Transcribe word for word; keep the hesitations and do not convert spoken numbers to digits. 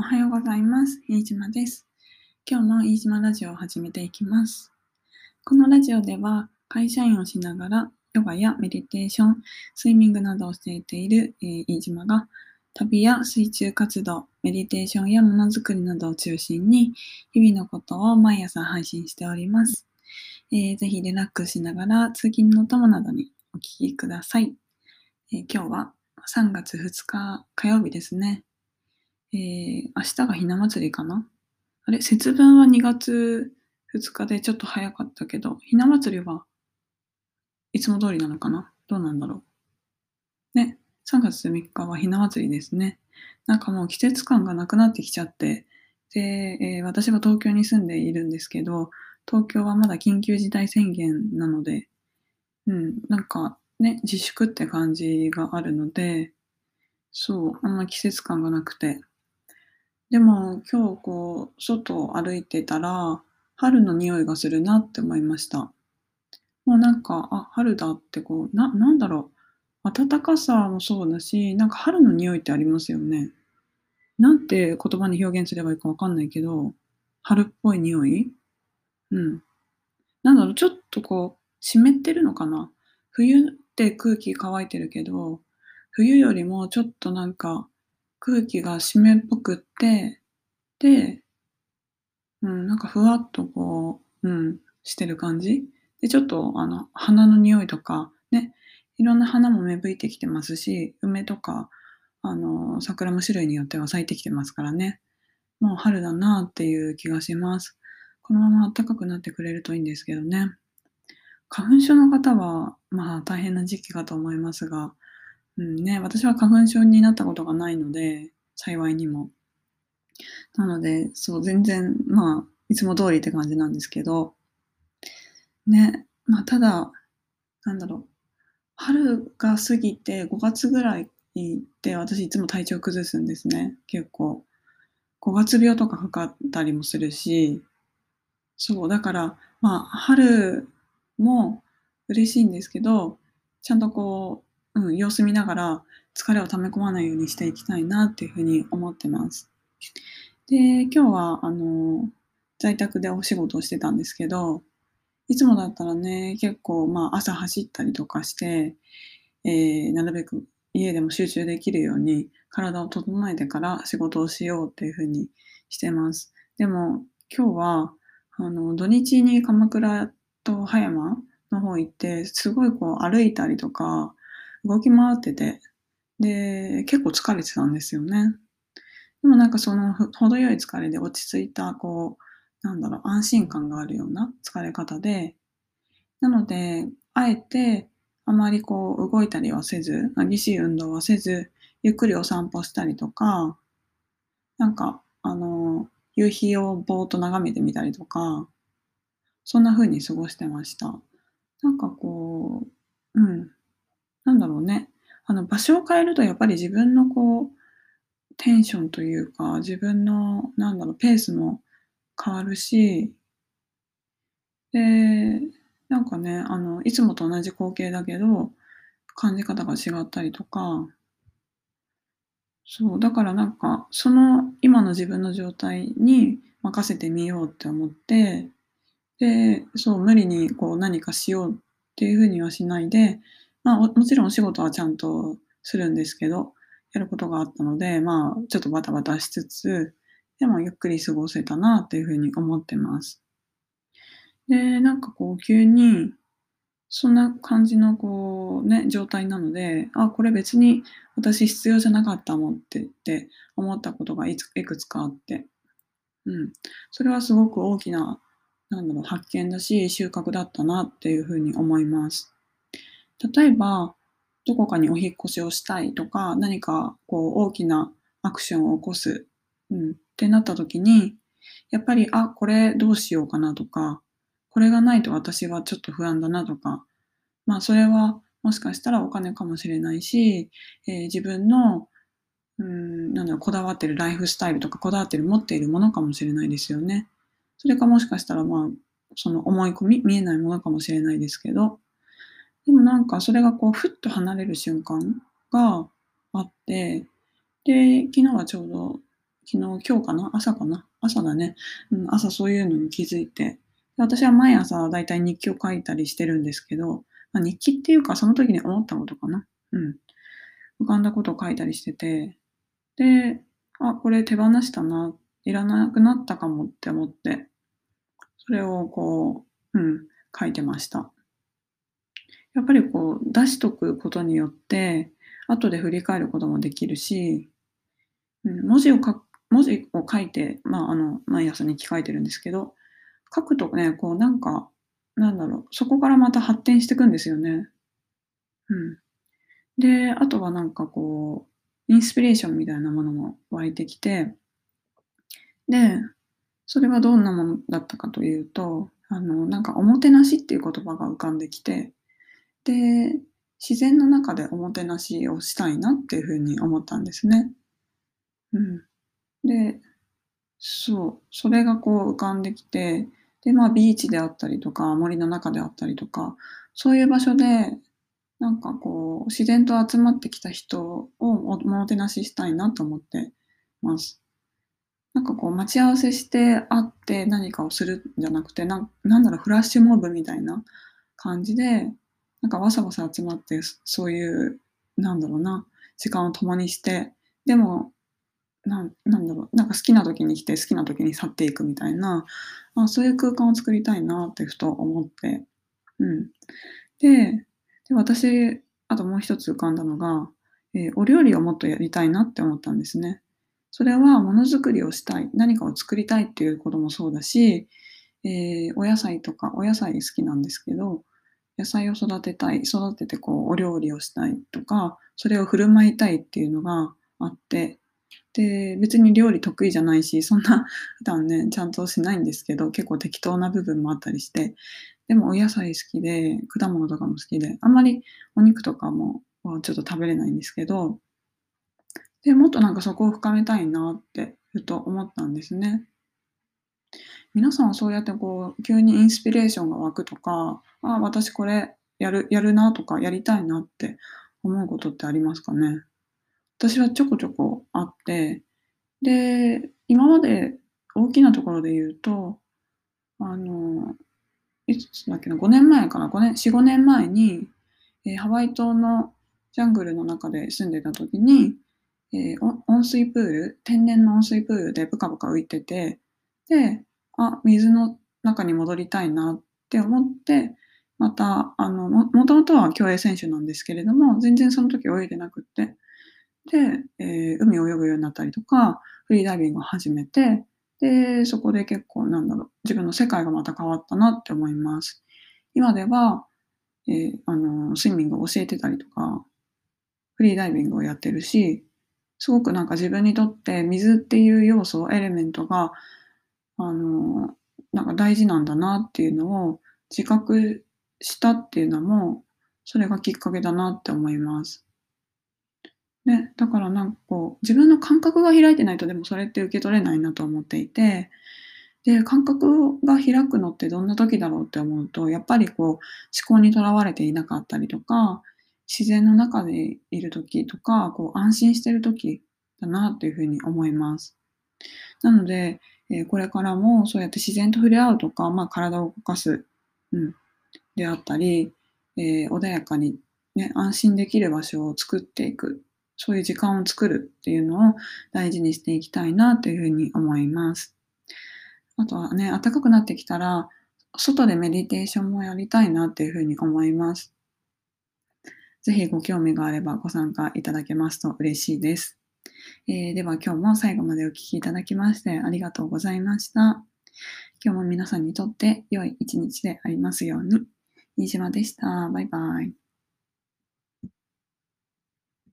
はようございます。飯島です。今日も飯島ラジオを始めていきます。このラジオでは会社員をしながらヨガやメディテーション、スイミングなどを教えている、えー飯島が旅や水中活動、メディテーションやものづくりなどを中心に日々のことを毎朝配信しております。えーぜひリラックスしながら通勤のお供などにお聞きください。えー今日はさんがつふつか火曜日ですね。えー明日がひな祭りかな。あれ、節分はにがつふつかでちょっと早かったけど、ひな祭りはいつも通りなのかな？どうなんだろう。ね、さんがつみっかはひな祭りですね。なんかもう季節感がなくなってきちゃって、で、えー私は東京に住んでいるんですけど、東京はまだ緊急事態宣言なので、うん、なんかね、自粛って感じがあるので、そう、あんま季節感がなくて、でも、今日こう、外を歩いてたら、春の匂いがするなって思いました。もうなんか、あ、春だってこう、ななんだろう、暖かさもそうだし、なんか春の匂いってありますよね。なんて言葉に表現すればいいかわかんないけど、春っぽい匂い？うん。なんだろう、ちょっとこう、湿ってるのかな。冬って空気乾いてるけど、冬よりもちょっとなんか、空気が湿っぽくって、で、うん、なんかふわっとこう、うん、してる感じ。で、ちょっとあの、花の匂いとか、ね、いろんな花も芽吹いてきてますし、梅とか、あの、桜も種類によっては咲いてきてますからね。もう春だなっていう気がします。このまま暖かくなってくれるといいんですけどね。花粉症の方は、まあ、大変な時期かと思いますが、うんね、私は花粉症になったことがないので、幸いにも。なので、そう、全然、まあ、いつも通りって感じなんですけど、ね、まあ、ただ、なんだろう、春が過ぎてごがつぐらいって私いつも体調崩すんですね、結構。ごがつ病とかかかったりもするし、そう、だから、まあ、春も嬉しいんですけど、ちゃんとこう、うん、様子見ながら疲れを溜め込まないようにしていきたいなっていう風に思ってます。で、今日はあの、在宅でお仕事をしてたんですけど、いつもだったらね、結構、まあ、朝走ったりとかして、えーなるべく家でも集中できるように体を整えてから仕事をしようっていう風にしてます。でも、今日は、あの、土日に鎌倉と葉山の方行って、すごいこう歩いたりとか、動き回ってて、で、結構疲れてたんですよね。でもなんかその、ふ程よい疲れで落ち着いた、こう、なんだろう、安心感があるような疲れ方で、なので、あえてあまりこう動いたりはせず、激しい運動はせず、ゆっくりお散歩したりとか、なんかあの、夕日をぼーっと眺めてみたりとか、そんな風に過ごしてました。なんかこう、うん、なんだろうね、あの場所を変えるとやっぱり自分のこう、テンションというか、自分のなんだろう、ペースも変わるし、で、なんかね、あの、いつもと同じ光景だけど、感じ方が違ったりとか、そう、だからなんか、その今の自分の状態に任せてみようって思って、で、そう、無理にこう何かしようっていう風にはしないで、まあ、おもちろんお仕事はちゃんとするんですけど、やることがあったので、まあ、ちょっとバタバタしつつ、でもゆっくり過ごせたなっていう風に思ってます。で、なんかこう急にそんな感じのこうね、状態なので、あ、これ別に私必要じゃなかったもんってって思ったことがいついくつかあって、うん。それはすごく大きな、なんだろう、発見だし、収穫だったなっていう風に思います。例えば、どこかにお引っ越しをしたいとか、何かこう大きなアクションを起こす、うん、ってなった時に、やっぱり、あ、これどうしようかなとか、これがないと私はちょっと不安だなとか、まあ、それはもしかしたらお金かもしれないし、えー自分の、うーん、なんだろう、こだわってるライフスタイルとか、こだわってる持っているものかもしれないですよね。それかもしかしたら、まあ、その思い込み、見えないものかもしれないですけど、でもなんかそれがこうふっと離れる瞬間があって、で、昨日はちょうど昨日今日かな、朝かな、朝だね。うん、朝そういうのに気づいて、で、私は毎朝だいたい日記を書いたりしてるんですけど、ま、日記っていうか、その時に思ったことかな。うん。浮かんだことを書いたりしてて、で、あ、これ手放したな、いらなくなったかもって思って、それをこう、うん、書いてました。やっぱりこう出しとくことによって、後で振り返ることもできるし、うん、文字を書く文字を書いて、まあ、あの、毎朝日記書いてるんですけど、書くとね、こうなんか、なんだろう、そこからまた発展してくんですよね。うん。で、あとはなんかこう、インスピレーションみたいなものも湧いてきて、で、それはどんなものだったかというと、あの、なんかおもてなしっていう言葉が浮かんできて、で、自然の中でおもてなしをしたいなっていう風に思ったんですね。うん。で、そう、それがこう浮かんできて、で、まあ、ビーチであったりとか、森の中であったりとか、そういう場所で、なんかこう、自然と集まってきた人をおおもてなししたいなと思ってます。なんかこう待ち合わせして会って何かをするんじゃなくて、なんなんだろう、フラッシュモブみたいな感じで、なんかわさわさ集まって、そそういう、なんだろうな、時間を共にして、でも、なんなんだろう、なんか好きな時に来て、好きな時に去っていくみたいな、あ、そういう空間を作りたいなってふと思って、うん。で、で、私、あともう一つ浮かんだのが、ええ、お料理をもっとやりたいなって思ったんですね。それはものづくりをしたい、何かを作りたいっていうこともそうだし、ええ、お野菜とか、お野菜好きなんですけど、野菜を育てたい、育ててこうお料理をしたいとか、それを振る舞いたいっていうのがあって、で、別に料理得意じゃないし、そんな普段ね、ちゃんとしないんですけど、結構適当な部分もあったりして、でもお野菜好きで、果物とかも好きで、あんまりお肉とかもはちょっと食べれないんですけど、で、もっとなんかそこを深めたいなってふと思ったんですね。皆さんはそうやってこう、急にインスピレーションが湧くとか、ああ、私これやるやるなとか、やりたいなって思うことってありますかね？私はちょこちょこあって、で、今まで大きなところで言うと、あの、いつだっけな、ごねんまえかな、ごねんよん、ごねんまえに、ええ、ハワイ島のジャングルの中で住んでた時に、ええ、お温水プール天然の温水プールでぷかぷか浮いてて、で、あ、水の中に戻りたいなって思って、また、あの、ももともとは競泳選手なんですけれども、全然その時泳いでなくって、で、ええ、海を泳ぐようになったりとか、フリーダイビングを始めて、で、そこで結構なんだろう、自分の世界がまた変わったなって思います。今では、ええ、あの、スイミングを教えてたりとか、フリーダイビングをやってるし、すごくなんか自分にとって水っていう要素、エレメントが、あの、なんか大事なんだなっていうのを自覚したっていうのも、それがきっかけだなって思います。ね、だからなんかこう、自分の感覚が開いてないとでもそれって受け取れないなと思っていて、で、感覚が開くのってどんな時だろうって思うと、やっぱりこう、思考にとらわれていなかったりとか、自然の中でいる時とか、こう安心してる時だなっていう風に思います。なので、えーこれからもそうやって自然と触れ合うとか、まあ、体を動かす、うん、であったり、えー穏やかにね、安心できる場所を作っていく、そういう時間を作るっていうのを大事にしていきたいなという風に思います。あとはね、暖かくなってきたら、外でメディテーションもやりたいなっていう風に思います。ぜひご興味があればご参加いただけますと嬉しいです。えーでは今日も最後までお聞きいただきましてありがとうございました。今日も皆さんにとって良い一日でありますように。飯島でした。バイバイ。